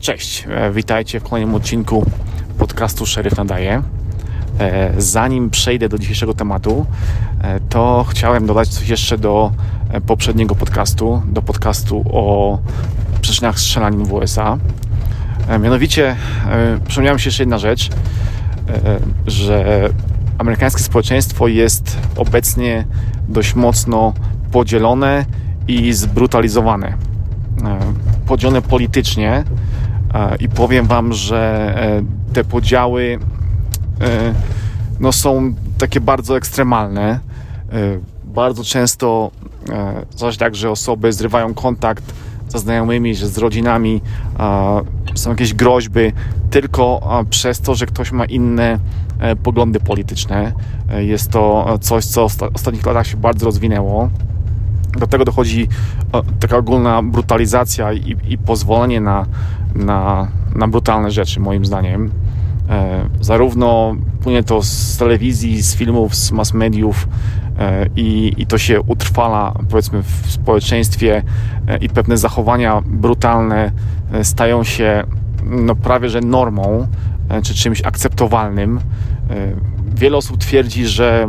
Cześć, witajcie w kolejnym odcinku podcastu Szeryf Nadaje. Zanim przejdę do dzisiejszego tematu, to chciałem dodać coś jeszcze do poprzedniego podcastu, do podcastu o przyczynach strzelanin w USA. Mianowicie przypomniała mi się jeszcze jedna rzecz, że amerykańskie społeczeństwo jest obecnie dość mocno podzielone i zbrutalizowane. Podzielone politycznie i powiem Wam, że te podziały są takie bardzo ekstremalne. Bardzo często zdarza się tak, że osoby zrywają kontakt ze znajomymi, z rodzinami, są jakieś groźby tylko przez to, że ktoś ma inne poglądy polityczne. Jest to coś, co w ostatnich latach się bardzo rozwinęło. Do tego dochodzi taka ogólna brutalizacja i pozwolenie na brutalne rzeczy, moim zdaniem. Zarówno płynie to z telewizji, z filmów, z mass mediów i to się utrwala, powiedzmy, w społeczeństwie i pewne zachowania brutalne stają się prawie że normą czy czymś akceptowalnym. Wiele osób twierdzi, że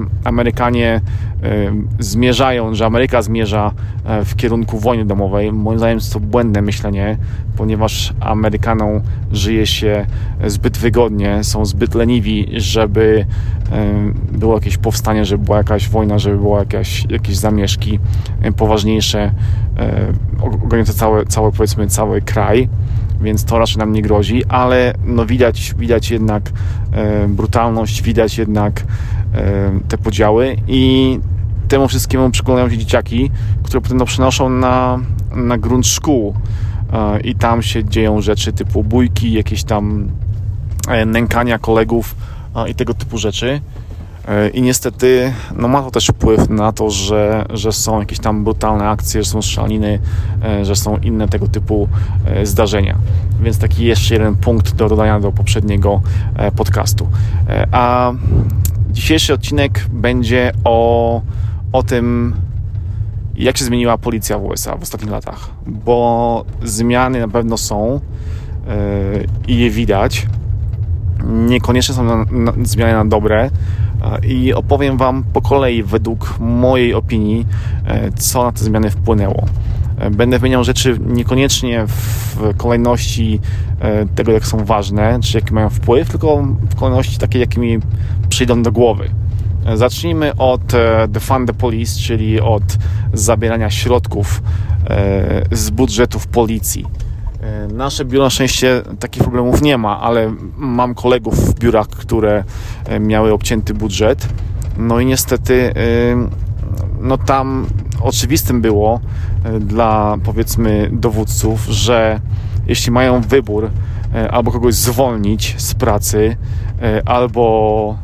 że Ameryka zmierza w kierunku wojny domowej. Moim zdaniem jest to błędne myślenie, ponieważ Amerykanom żyje się zbyt wygodnie, są zbyt leniwi, żeby było jakieś powstanie, żeby była jakaś wojna, żeby było jakieś zamieszki poważniejsze, ogarniające cały kraj. Więc to raczej nam nie grozi, ale widać jednak brutalność, widać jednak te podziały i temu wszystkiemu przyglądają się dzieciaki, które potem przenoszą na grunt szkół i tam się dzieją rzeczy typu bójki, jakieś tam nękania kolegów i tego typu rzeczy. I niestety ma to też wpływ na to, że są jakieś tam brutalne akcje, że są strzelaniny, że są inne tego typu zdarzenia. Więc taki jeszcze jeden punkt do dodania do poprzedniego podcastu. A dzisiejszy odcinek będzie o tym, jak się zmieniła policja w USA w ostatnich latach. Bo zmiany na pewno są i je widać. Niekoniecznie są zmiany na dobre. I opowiem Wam po kolei, według mojej opinii, co na te zmiany wpłynęło. Będę wymieniał rzeczy niekoniecznie w kolejności tego, jak są ważne, czy jaki mają wpływ, tylko w kolejności takiej, jakie mi przyjdą do głowy. Zacznijmy od defund the police, czyli od zabierania środków z budżetów policji. Nasze biuro na szczęście takich problemów nie ma, ale mam kolegów w biurach, które miały obcięty budżet. No i niestety tam oczywistym było dla, powiedzmy, dowódców, że jeśli mają wybór albo kogoś zwolnić z pracy, albo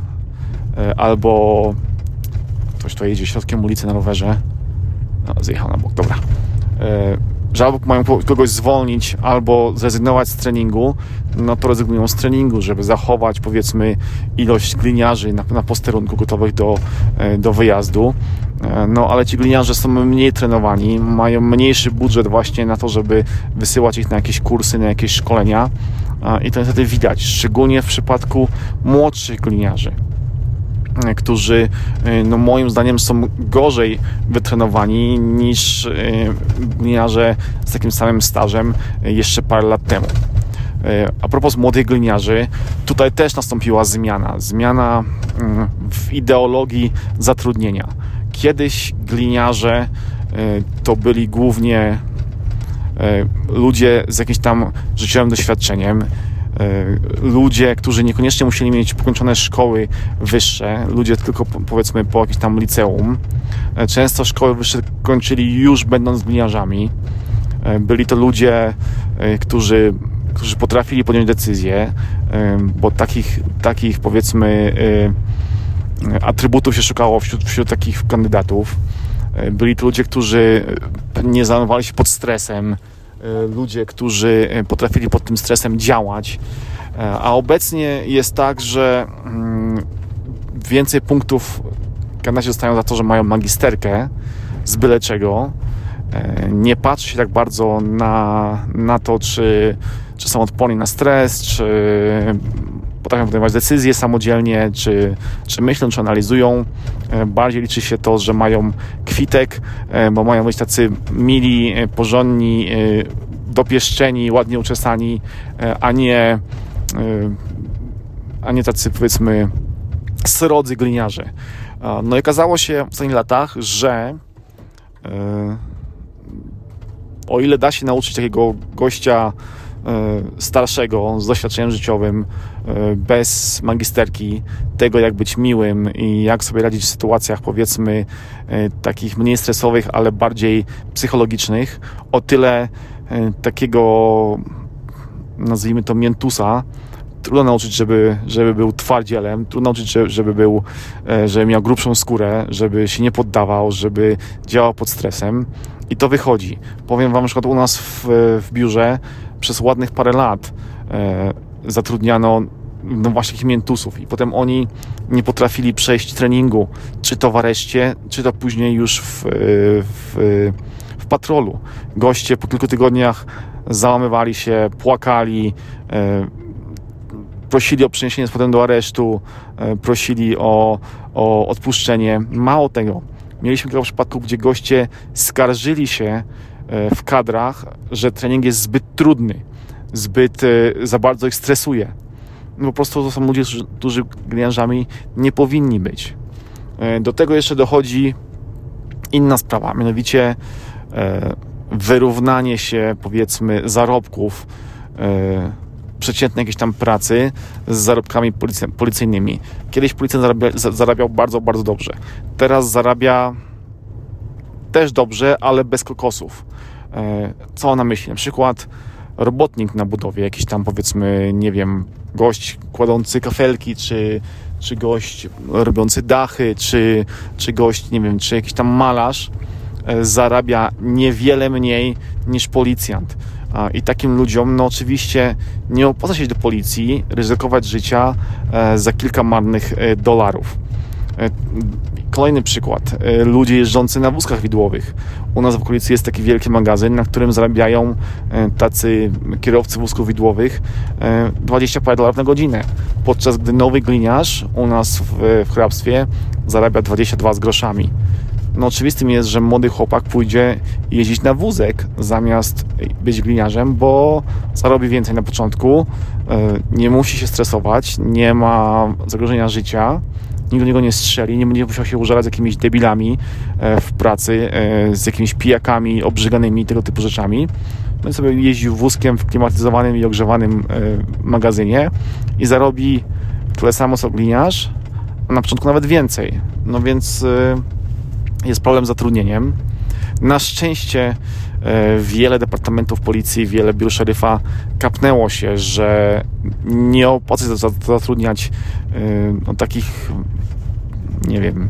ktoś tu jedzie środkiem ulicy na rowerze, zjechał na bok, dobra, że albo mają kogoś zwolnić, albo zrezygnować z treningu, to rezygnują z treningu, żeby zachować, powiedzmy, ilość gliniarzy na posterunku gotowych do wyjazdu. Ale ci gliniarze są mniej trenowani, mają mniejszy budżet właśnie na to, żeby wysyłać ich na jakieś kursy, na jakieś szkolenia i to niestety widać, szczególnie w przypadku młodszych gliniarzy, którzy moim zdaniem są gorzej wytrenowani niż gliniarze z takim samym stażem jeszcze parę lat temu. A propos młodych gliniarzy, tutaj też nastąpiła zmiana w ideologii zatrudnienia. Kiedyś gliniarze to byli głównie ludzie z jakimś tam życiowym doświadczeniem, ludzie, którzy niekoniecznie musieli mieć pokończone szkoły wyższe, ludzie tylko, powiedzmy, po jakimś tam liceum. Często szkoły wyższe kończyli już będąc gliniarzami. Byli to ludzie, którzy potrafili podjąć decyzję, bo takich powiedzmy atrybutów się szukało wśród takich kandydatów. Byli to ludzie, którzy nie załamywali się pod stresem, ludzie, którzy potrafili pod tym stresem działać, a obecnie jest tak, że więcej punktów kandydaci dostają za to, że mają magisterkę z byle czego, nie patrzy się tak bardzo na to, czy są odporni na stres, czy potrafią podejmować decyzje samodzielnie, czy myślą, czy analizują. Bardziej liczy się to, że mają kwitek, bo mają być tacy mili, porządni, dopieszczeni, ładnie uczesani, a nie tacy, powiedzmy, srodzy gliniarze. No i okazało się w ostatnich latach, że o ile da się nauczyć takiego gościa starszego, z doświadczeniem życiowym, bez magisterki, tego jak być miłym i jak sobie radzić w sytuacjach, powiedzmy, takich mniej stresowych, ale bardziej psychologicznych, o tyle takiego, nazwijmy to, miętusa, trudno nauczyć, żeby był twardzielem, trudno nauczyć, żeby miał grubszą skórę, żeby się nie poddawał, żeby działał pod stresem i to wychodzi. Powiem wam, na przykład u nas w biurze przez ładnych parę lat zatrudniano właśnie takich miętusów i potem oni nie potrafili treningu, czy to w areszcie, czy to później już w patrolu. Goście po kilku tygodniach załamywali się, płakali, prosili o przeniesienie z potem do aresztu, prosili o odpuszczenie. Mało tego, mieliśmy kilka przypadków, gdzie goście skarżyli się w kadrach, że trening jest zbyt trudny, za bardzo ich stresuje. No po prostu to są ludzie, którzy gliniarzami nie powinni być. Do tego jeszcze dochodzi inna sprawa, mianowicie wyrównanie się, powiedzmy, zarobków przeciętnej jakiejś tam pracy z zarobkami policyjnymi. Kiedyś policjant zarabiał bardzo, bardzo dobrze. Teraz zarabia też dobrze, ale bez kokosów. Co mam na myśli? Na przykład robotnik na budowie, jakiś tam, powiedzmy, nie wiem, gość kładący kafelki, czy gość robiący dachy, czy gość, nie wiem, czy jakiś tam malarz zarabia niewiele mniej niż policjant. I takim ludziom, no oczywiście nie opłaca się iść do policji, ryzykować życia za kilka marnych dolarów. Kolejny przykład. Ludzie jeżdżący na wózkach widłowych. U nas w okolicy jest taki wielki magazyn, na którym zarabiają tacy kierowcy wózków widłowych 20 parę dolarów na godzinę. Podczas gdy nowy gliniarz u nas w hrabstwie zarabia 22 z groszami. No oczywistym jest, że młody chłopak pójdzie jeździć na wózek zamiast być gliniarzem, bo zarobi więcej na początku, nie musi się stresować, nie ma zagrożenia życia, nikt do niego nie strzeli, nie będzie musiał się użerać z jakimiś debilami w pracy, z jakimiś pijakami obrzyganymi, tego typu rzeczami. Będzie sobie jeździł wózkiem w klimatyzowanym i ogrzewanym magazynie i zarobi tyle samo co gliniarz, a na początku nawet więcej. No więc jest problem z zatrudnieniem. Na szczęście wiele departamentów policji, wiele biur szeryfa kapnęło się, że nie opłaca się zatrudniać takich, nie wiem,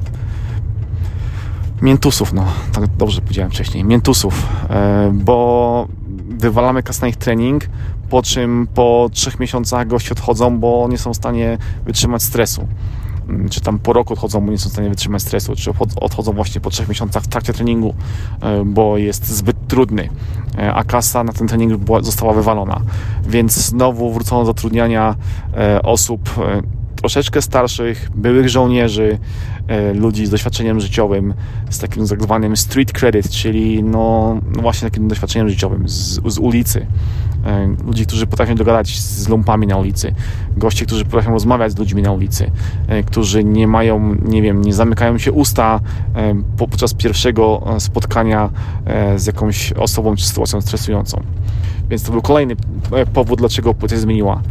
miętusów, no tak dobrze powiedziałem wcześniej, miętusów, bo wywalamy kasę na ich trening, po czym po 3 miesiącach goście odchodzą, bo nie są w stanie wytrzymać stresu. Czy tam po roku odchodzą, bo nie są w stanie wytrzymać stresu, czy odchodzą właśnie po 3 miesiącach w trakcie treningu, bo jest zbyt trudny, a kasa na ten trening została wywalona. Więc znowu wrócono do zatrudniania osób troszeczkę starszych, byłych żołnierzy, ludzi z doświadczeniem życiowym, z takim tak zwanym street credit, czyli no właśnie takim doświadczeniem życiowym z ulicy. Ludzi, którzy potrafią dogadać z lumpami na ulicy, goście, którzy potrafią rozmawiać z ludźmi na ulicy, którzy nie mają, nie wiem, nie zamykają się usta podczas pierwszego spotkania z jakąś osobą czy sytuacją stresującą. Więc to był kolejny powód, dlaczego policja zmieniła.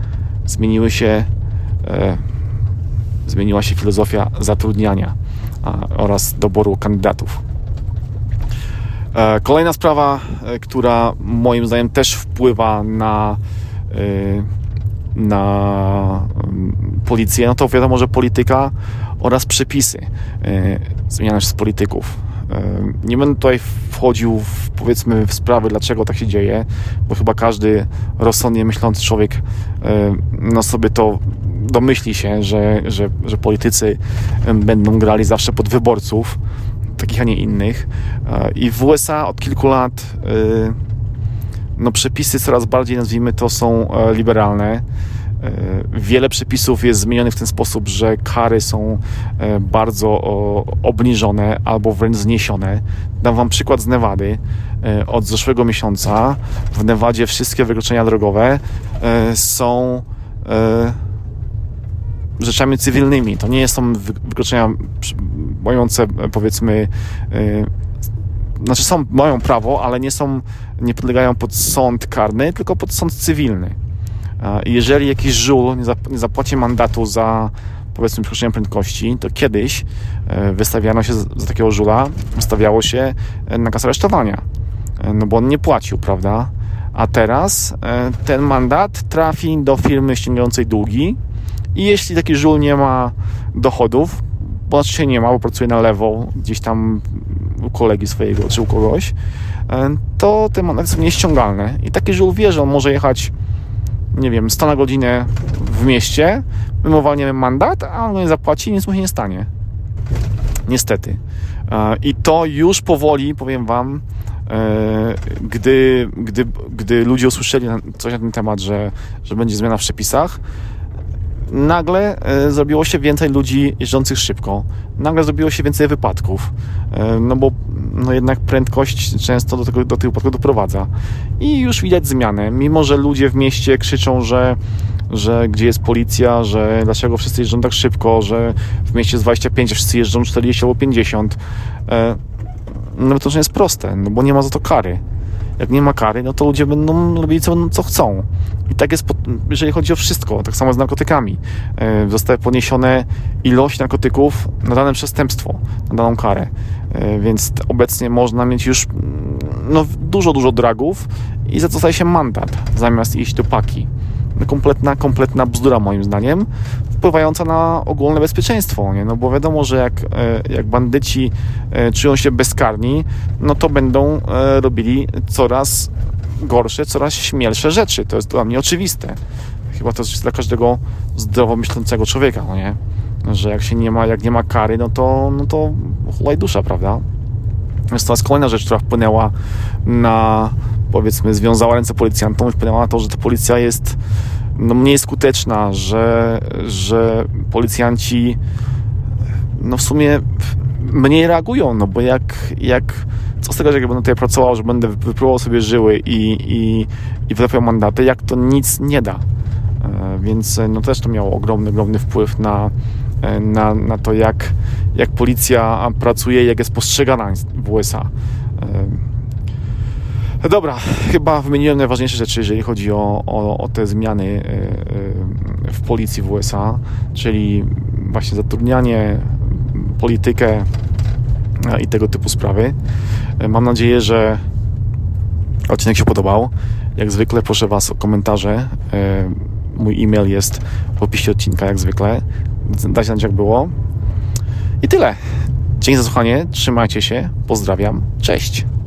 Zmieniła się filozofia zatrudniania oraz doboru kandydatów. Kolejna sprawa, która moim zdaniem też wpływa na policję, no to wiadomo, że polityka oraz przepisy zmieniane przez polityków. Nie będę tutaj wchodził powiedzmy w sprawy, dlaczego tak się dzieje, bo chyba każdy rozsądnie myślący człowiek no sobie to domyśli się, że politycy będą grali zawsze pod wyborców. takich, a nie innych. I w USA od kilku lat przepisy coraz bardziej, nazwijmy to, są liberalne. Wiele przepisów jest zmienionych w ten sposób, że kary są bardzo obniżone albo wręcz zniesione. Dam wam przykład z Nevady. Od zeszłego miesiąca w Nevadzie wszystkie wykroczenia drogowe są rzeczami cywilnymi. To nie są wykroczenia mające, powiedzmy, mają prawo, ale nie podlegają pod sąd karny, tylko pod sąd cywilny. Jeżeli jakiś żul nie zapłaci mandatu za, powiedzmy, przekroczenie prędkości, to kiedyś wystawiano się za takiego żula, wystawiało się nakaz aresztowania, bo on nie płacił, prawda? A teraz ten mandat trafi do firmy ściągającej długi i jeśli taki żul nie ma dochodów, bo oczywiście nie ma, bo pracuje na lewo gdzieś tam u kolegi swojego czy u kogoś, to te mandaty są nieściągalne i taki żul wie, że on może jechać, nie wiem, 100 na godzinę w mieście, my mu walniemy mandat, a on nie zapłaci i nic mu się nie stanie. Niestety. I to już powoli, powiem wam, gdy ludzie usłyszeli coś na ten temat, że będzie zmiana w przepisach, nagle zrobiło się więcej ludzi jeżdżących szybko. Nagle zrobiło się więcej wypadków. Bo jednak prędkość często do tych wypadków doprowadza. I już widać zmianę. Mimo że ludzie w mieście krzyczą, że gdzie jest policja, że dlaczego wszyscy jeżdżą tak szybko, że w mieście jest 25, a wszyscy jeżdżą 40 albo 50. To nie jest proste, bo nie ma za to kary. Jak nie ma kary, to ludzie będą robili co chcą. I tak jest, jeżeli chodzi o wszystko. Tak samo z narkotykami. Zostaje poniesione ilość narkotyków na dane przestępstwo, na daną karę. Więc obecnie można mieć już dużo dragów i za to dostaje się mandat, zamiast iść do paki. Kompletna bzdura, moim zdaniem, wpływająca na ogólne bezpieczeństwo, nie? Bo wiadomo, że jak bandyci czują się bezkarni, to będą robili coraz gorsze, coraz śmielsze rzeczy. To jest dla mnie oczywiste. Chyba to jest dla każdego zdrowo myślącego człowieka, nie? Że jak nie ma kary, to hulaj dusza, prawda? Jest to kolejna rzecz, która wpłynęła na, powiedzmy, związała ręce policjantom i wpłynęła na to, że ta policja jest mniej skuteczna, że policjanci w sumie mniej reagują, bo co z tego, że jak będę tutaj pracował, że będę wypróbował sobie żyły i wylepiał mandaty, jak to nic nie da. Więc też to miało ogromny wpływ na to, jak policja pracuje, jak jest postrzegana w USA. Dobra, chyba wymieniłem najważniejsze rzeczy, jeżeli chodzi o te zmiany w policji w USA, czyli właśnie zatrudnianie, politykę i tego typu sprawy. Mam nadzieję, że odcinek się podobał. Jak zwykle proszę Was o komentarze. Mój e-mail jest w opisie odcinka, jak zwykle. Dajcie znać, jak było. I tyle. Dzięki za słuchanie. Trzymajcie się. Pozdrawiam. Cześć.